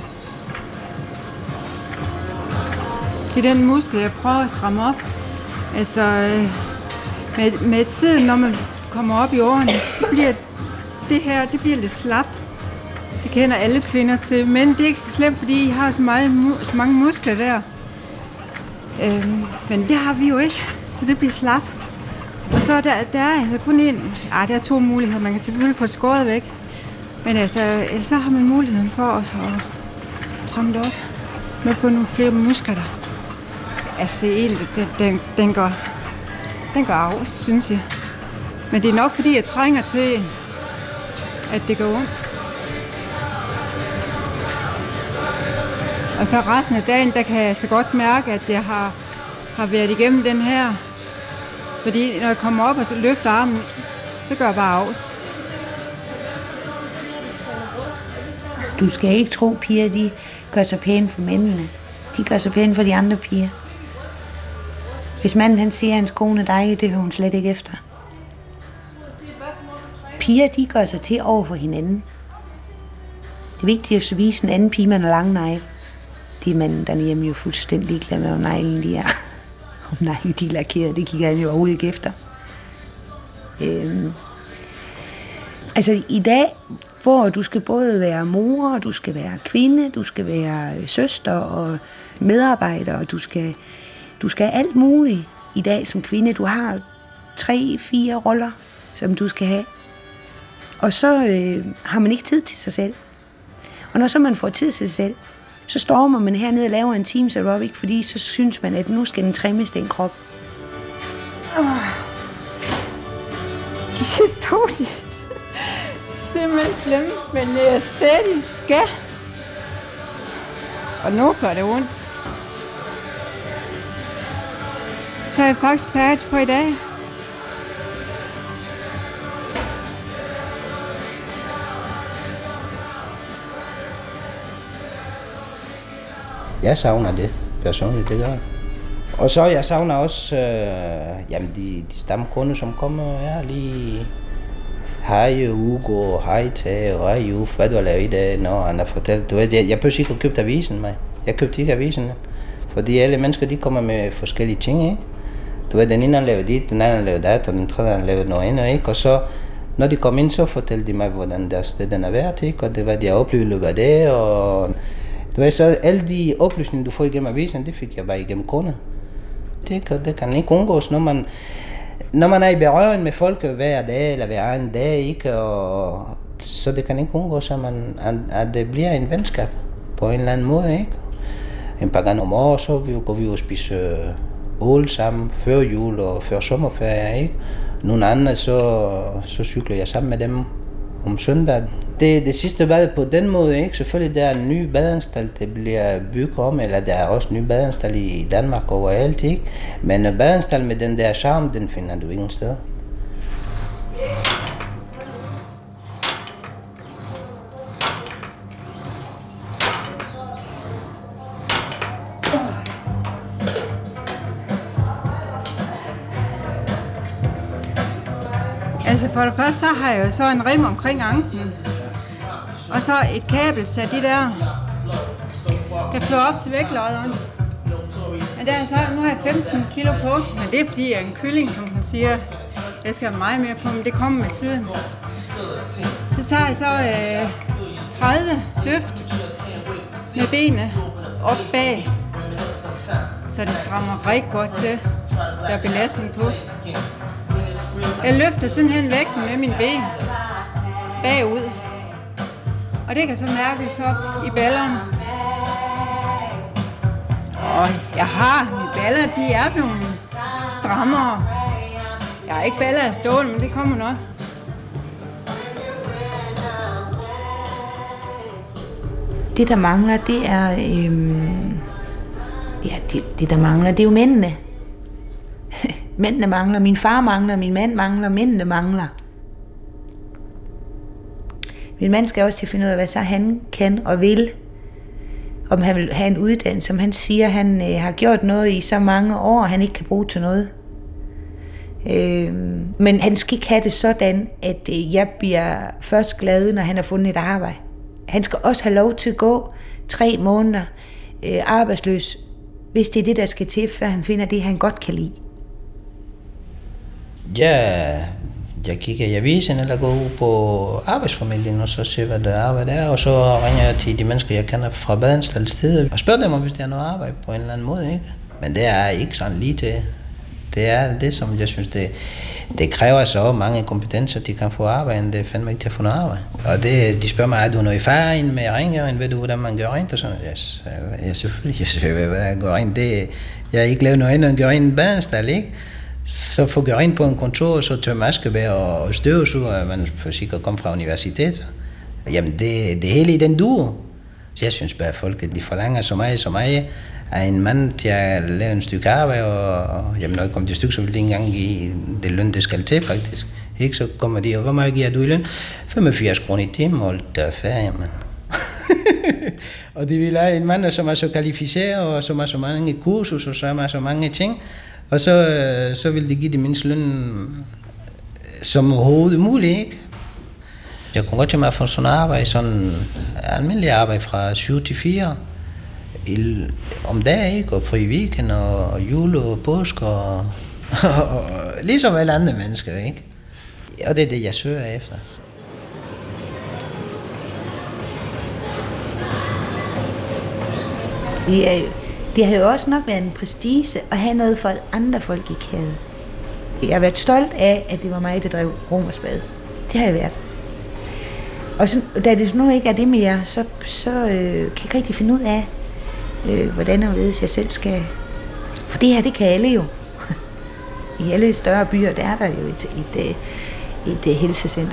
Det er den muskel, jeg prøver at stramme op. Altså, med, med tiden, når man kommer op i årene, så bliver det her det bliver lidt slapt. Det kender alle kvinder til, men det er ikke så slemt, fordi I har så, meget, så mange muskler der. Øhm, men det har vi jo ikke, så det bliver slap. Og så er der, der er altså kun en, ah, der er to muligheder. Man kan selvfølgelig få skåret væk, men altså, ellers så har man muligheden for også at stramme det op med på nogle flere muskler der. Altså, det er en, den, den, den går, den går af, synes jeg. Men det er nok fordi, jeg trænger til, at det går ondt. Og så resten af dagen, der kan jeg så godt mærke, at jeg har, har været igennem den her. Fordi når jeg kommer op og så løfter armen, så gør jeg bare afs. Du skal ikke tro, piger, de gør sig pæne for mændene. De gør sig pæne for de andre piger. Hvis manden han siger, at hans kone er dejlig, det hører hun slet ikke efter. Piger, de gør sig til over for hinanden. Det er vigtigt at vise en anden pige, man er lang negle. De mænd derhjemme jo fuldstændig ligeglad med, om neglen de er. Om neglen de er lakeret, det kigger han jo overhovedet ikke efter. Øhm. Altså i dag, hvor du skal både være mor, du skal være kvinde, du skal være søster og medarbejder, og du skal, du skal alt muligt i dag som kvinde. Du har tre, fire roller, som du skal have. Og så øh, har man ikke tid til sig selv. Og når så man får tid til sig selv, så stormer man hernede og laver en Teams aerobic, fordi så synes man, at nu skal den trimmes den krop. Oh. De står de simpelthen slemme, men jeg stadig skal. Og nu gør det ondt. Så er jeg faktisk færdig på i dag. Jeg savner det personligt, det gør jeg. Og så jeg savner også øh, jamen de, de stamkunder, som kommer her lige. Hej Hugo, hej Tage, hej Uf, hvad du har lavet i dag? Nå, han har fortalt. Du ved, jeg, jeg behøver ikke at købe avisen, mig. Jeg købte ikke avisen, fordi alle mennesker, de kommer med forskellige ting, ikke? Du ved, den ene har lavet dit, den anden har lavet dat, og den tredje har lavet noget andet, ikke? Og så, når de kom ind, så fortalte de mig, hvordan deres sted den er værd, ikke? Og det var, de har oplevet i løbet af det, og Du ved, så alle de oplysninger, du får igennem avisen, det fik jeg bare igennem kunder. Det kan, det kan ikke undgås, når man, når man er i berøring med folk hver dag eller hver anden dag, ikke? Og, så det kan ikke undgås, at, man, at, at det bliver en venskab på en eller anden måde, ikke? En par gange om året, så går vi jo og spiser ål sammen før jul og før sommerferie, ikke? Nogle andre, så, så cykler jeg sammen med dem om søndag. Det, det sidste bad på den måde, ikke? Selvfølgelig der er en ny badeanstalt, det bliver bygget om, eller der er også en ny badeanstalt i Danmark overalt, ikke? Men badeanstalt med den der charme, den finder du ingen sted. Altså for det første, så har jeg jo så en rem omkring anklen. Og så et kabelsæt, de der, der flår op til vægtlodderen. Men der er så, nu har jeg femten kilo på, men det er fordi jeg er en kylling, som han siger. Jeg skal have meget mere på, men det kommer med tiden. Så tager jeg så øh, tredive løft med benene op bag, så det strammer rigtig godt til. Der er belastning på. Jeg løfter simpelthen vægten med mine ben bagud. Og det kan så mærkes op i ballerne. Og jeg har mine baller, de er blevet strammere. Jeg har ikke baller af stål, men det kommer nok. Det, der mangler, det er... Øhm, ja, det, det, der mangler, det er jo mændene. Mændene mangler, min far mangler, min mand mangler, mændene mangler. Min mand skal også til at finde ud af, hvad så han kan og vil. Om han vil have en uddannelse, som han siger, han øh, har gjort noget i så mange år, han ikke kan bruge til noget. Øh, men han skal ikke have det sådan, at øh, jeg bliver først glad, når han har fundet et arbejde. Han skal også have lov til at gå tre måneder øh, arbejdsløs, hvis det er det, der skal til, før han finder det, han godt kan lide. Ja, jeg kigger i avisen eller går ud på arbejdsformidlingen og så ser, hvad der arbejde er, og så ringer jeg til de mennesker, jeg kender fra badeanstaltstedet og spørger dem, hvis der er noget arbejde på en eller anden måde, ikke? Men det er ikke sådan lige til. Det er det, som jeg synes, det, det kræver så mange kompetencer, de kan få arbejde, det er fandme ikke til at få noget arbejde. Og det, de spørger mig, er du noget erfaring med rengøring, ved du, hvordan man gør rent og sådan? Yes, jeg selvfølgelig, jeg selvfølgelig, hvad jeg gør rent. Det, jeg har ikke lavet noget andet end at gøre rent en badeanstalt, ikke? Så får jeg ind på en kontor, så tør maskebær og støvsuger, man får sikkert komme fra universitetet. Jamen, det, det hele i den duo. Jeg synes bare, at folk de forlanger så meget, så meget af en mand til at lave en stykke arbejde, og jamen, når jeg kommer til stykke, så vil det ikke engang give det løn, det skal til, faktisk. Ikke? Så kommer de, og hvor meget giver du i løn? femogfirs kroner i timen, hold da ferie, mand. Og de vil have en mand, som er så kvalificeret, og som har så mange kursus, og som har så mange ting. Og så, så vil de give det mindst løn som overhovedet muligt, ikke? Jeg kunne godt tænke mig at få sådan arbejde, sådan almindelig arbejde fra syv til fire i, om dagen, ikke? Og fri weekend og jul og påske og, og, og ligesom alle andre mennesker, ikke? Og det er det, jeg søger efter. Det, er, det har jo også nok været en prestige at have noget for andre folk ikke havde. Jeg har været stolt af, at det var mig, der drev Romersbad. Det har jeg været. Og så, da det nu ikke er det mere, så, så øh, kan jeg ikke rigtig finde ud af, øh, hvordan og hvorledes jeg selv skal... For det her, det kan alle jo. I alle større byer, der er der jo et, et, et, et, et helsecenter.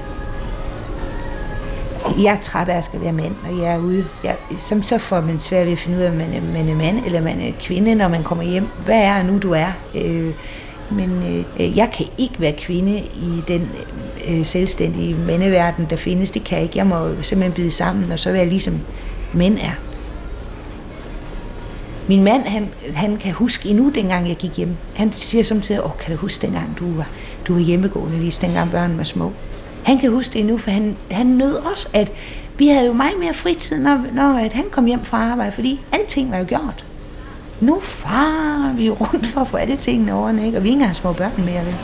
Jeg er træt af at skal være mand, når jeg er ude. Jeg, som så får man svært ved at finde ud af, om man er, man er mand eller man er kvinde, når man kommer hjem. Hvad er nu, du er? Øh, men øh, jeg kan ikke være kvinde i den øh, selvstændige mandeverden, der findes. Det kan jeg ikke. Jeg må simpelthen bide sammen, og så være ligesom mænd er. Min mand, han, han kan huske endnu, dengang jeg gik hjem. Han siger samtidig, åh, kan du huske, dengang du var, du var hjemmegående, lige dengang børnene var små. Han kan huske det endnu, for han, han nød også, at vi havde jo meget mere fritid, når, når at han kom hjem fra arbejde, fordi alting var jo gjort. Nu farer vi rundt for at få alle tingene over, ikke? Og vi ikke engang små børn mere. Vel?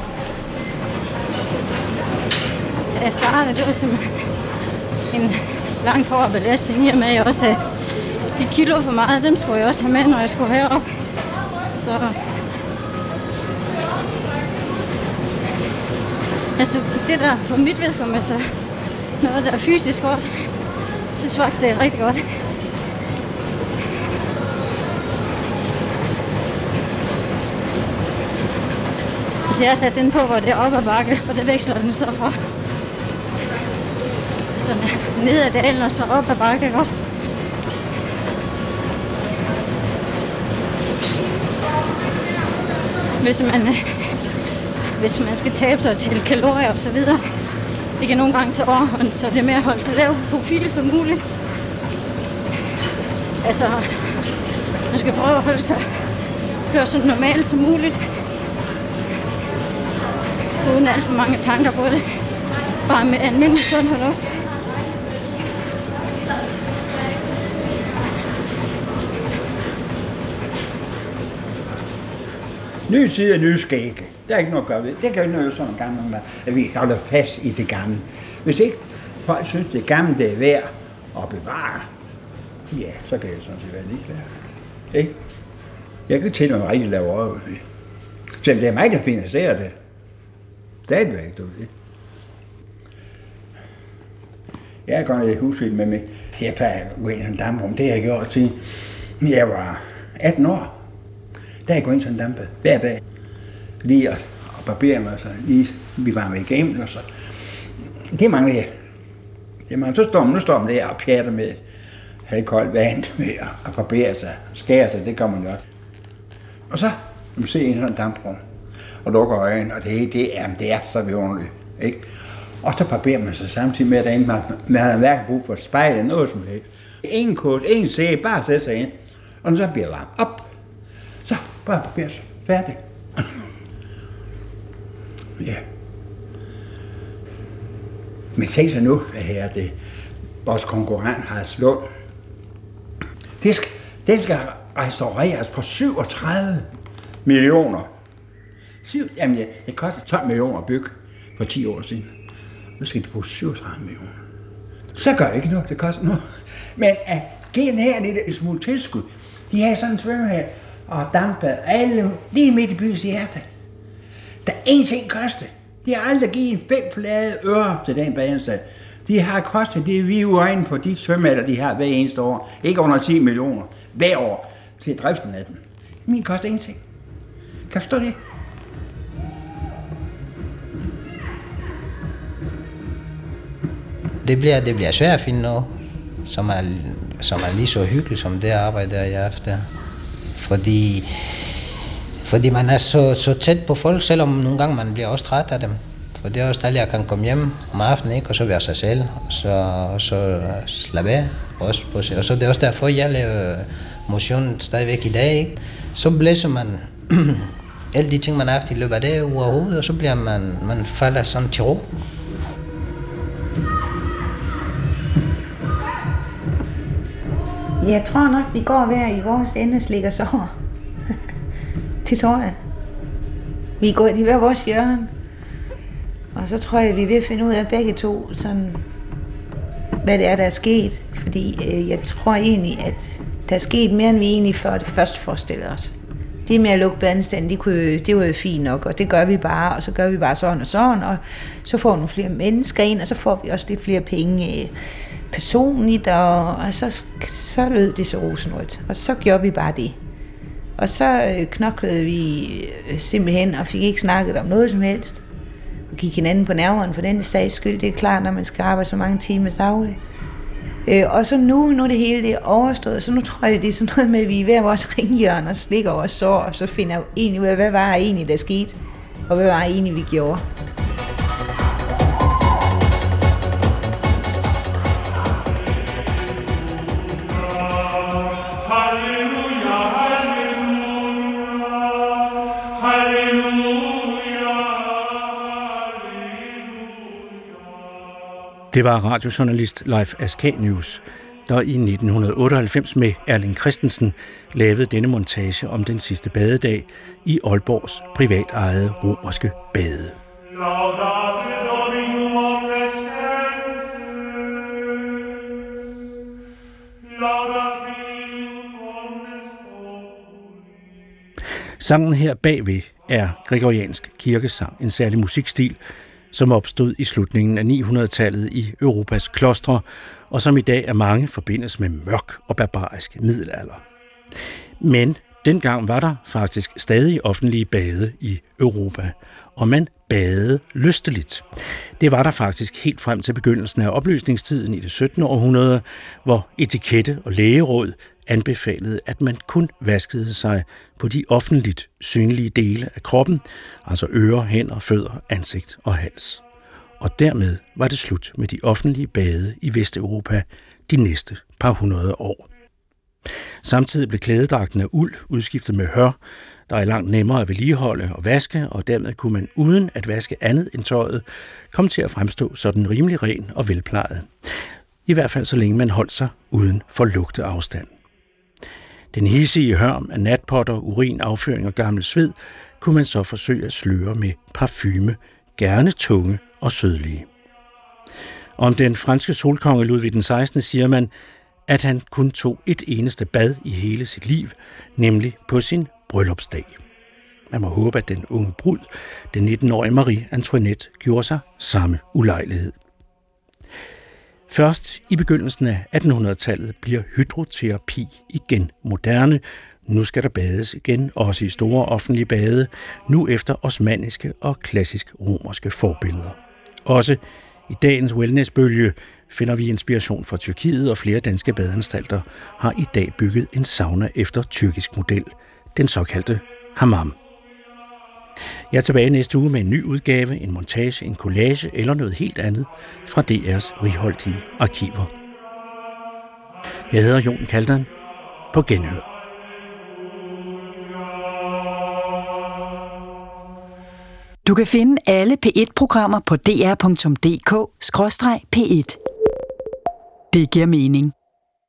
Jeg startede, det var simpelthen en lang for belastning i og med, at jeg også de kilo for meget, dem skulle jeg også have med, når jeg skulle herop. Så... Altså, det der for mit vedkommende, altså, noget der er fysisk godt, synes faktisk, det er rigtig godt. Altså, jeg har sat den på, hvor det er op ad bakke, og det veksler den så fra. Sådan ned ad dalen og så op ad bakke også. Hvis man, hvis man skal tabe sig til kalorier og så videre, det kan nogle gange tage overhånd, så det er med at holde så lav profil som muligt. Altså, man skal prøve at holde sig, gøre så normalt som muligt, uden alt for mange tanker på det. Bare med almindelig sund fornuft. Nye tider, nye skægge. Der er ikke noget at gøre ved. Det kan jo ikke noget sådan en gammel med, at vi holder fast i det gamle. Hvis ikke folk synes, det gamle det er værd at bevare, ja, så kan jeg sådan set være ligeglad. Ikke? Jeg kan til mig rigtig lave øje. Så det er mig, der finansierer det. Stadigvæk, du ved. Jeg er godt i husvild med mig. Jeg plejer at gå ind i en damprum. Det har jeg gjort siden jeg var atten år. Der er jeg gået ind i en dampe hver dag. Lige at, at barbere mig, så lige vi var med i gamen, og så. Det mangler jeg. Det mangler. Så står man, nu står man der og pjatter med halvkoldt vand med at barbere sig, skære sig, det gør man jo også. Og så, når man ser ind i sådan en damprum, og lukker øjnene, og det hele, det er, det er så vidunderligt, ikke? Og så barberer man sig samtidig med, at derinde, man, man har hverken brug for et spejl eller noget som helst. Ingen kode, ingen sæde, bare sætte sig ind, og så bliver varmt op. Så, bare barberer sig. Færdig. Ja. Men tænk sig nu, hvad her det, vores konkurrent har slået. Det skal, den skal restaureres på syvogtredive millioner. Jamen ja, det koster tolv millioner at bygge for ti år siden. Nu skal de bruge syvogtredive millioner. Så gør det ikke noget, det koster noget. Men at give den her lille smule tilskud, de har sådan en svømmehal og dampbad, alle lige midt i byens hjerte. Der er én ting koster. De har aldrig givet en fem flade øre til den banestat. De har kostet det hvide øjne på de svømmehaller, de har hver eneste år. Ikke under ti millioner hver år til driften af dem. Min koster ingenting. Kan du forstå det? Det bliver, det bliver svært at finde noget, som er, som er lige så hyggeligt som det arbejde, der jeg har haft der. Fordi, fordi man er så, så tæt på folk, selvom nogle gange man bliver også træt af dem. For det er også dejligt, at jeg kan komme hjem om aftenen, ikke? Og så være sig selv, og så, og så slappe af. Også på, og så det er også derfor, jeg laver motion stadigvæk i dag. Ikke? Så blæser man alle de ting, man har haft i løbet af det over hovedet, og så bliver man, man falder sådan til ro. Jeg tror nok, vi går hver i vores ende og slikker sår. Det tror jeg. Vi går i hver vores hjørne. Og så tror jeg, vi er ved at finde ud af begge to, sådan, hvad det er, der er sket. Fordi øh, jeg tror egentlig, at der er sket mere, end vi egentlig før det først forestillede os. Det med at lukke badestanden, det, det var jo fint nok, og det gør vi bare, og så gør vi bare sådan og sådan, og så får nogle flere mennesker ind, og så får vi også lidt flere penge øh, personligt, og, og så, så lød det så rosenrødt. Og så gjorde vi bare det. Og så øh, knoklede vi øh, simpelthen, og fik ikke snakket om noget som helst. Og gik hinanden på nerverne for den sags skyld. Det er klart, når man skal arbejde så mange timer dagligt. Øh, og så nu, nu det hele det er overstået, så nu tror jeg, det er sådan noget med, at vi er ved vores ringhjørne og slikker vores sår, og så finder jeg egentlig ud af, hvad var egentlig, der skete, og hvad var egentlig, vi gjorde. Det var radiojournalist Leif Askanius, der i nitten otteoghalvfems med Erling Christensen lavede denne montage om den sidste badedag i Aalborgs privatejede romerske bade. Laudavi Sangen her bagved er gregoriansk kirkesang, en særlig musikstil, som opstod i slutningen af ni hundrede-tallet i Europas klostre, og som i dag af mange forbindes med mørk og barbarisk middelalder. Men dengang var der faktisk stadig offentlige bade i Europa, og man badede lysteligt. Det var der faktisk helt frem til begyndelsen af oplysningstiden i det syttende århundrede, hvor etikette og lægeråd anbefalede, at man kun vaskede sig på de offentligt synlige dele af kroppen, altså ører, hænder, fødder, ansigt og hals. Og dermed var det slut med de offentlige bade i Vesteuropa de næste par hundrede år. Samtidig blev klædedragten af uld udskiftet med hør, der er langt nemmere at vedligeholde og vaske, og dermed kunne man uden at vaske andet end tøjet komme til at fremstå sådan rimelig ren og velplejet. I hvert fald så længe man holdt sig uden for lugteafstand. Den hidsige hørm af natpotter, urin, afføring og gammel sved kunne man så forsøge at sløre med parfume, gerne tunge og sødlige. Om den franske solkonge Ludvig den sekstende siger man, at han kun tog et eneste bad i hele sit liv, nemlig på sin bryllupsdag. Man må håbe, at den unge brud, den nitten-årige Marie Antoinette, gjorde sig samme ulejlighed. Først i begyndelsen af attenhundredetallet bliver hydroterapi igen moderne. Nu skal der bades igen, også i store offentlige bade, nu efter osmanniske og klassisk romerske forbilleder. Også i dagens wellnessbølge finder vi inspiration fra Tyrkiet, og flere danske badeanstalter har i dag bygget en sauna efter tyrkisk model, den såkaldte hammam. Jeg er tilbage næste uge med en ny udgave, en montage, en collage eller noget helt andet fra D R's righoldige arkiver. Jeg hedder Jon Kaldan. På genhør. Du kan finde alle P et-programmer på d r punktum d k skråstreg p et. Det giver mening.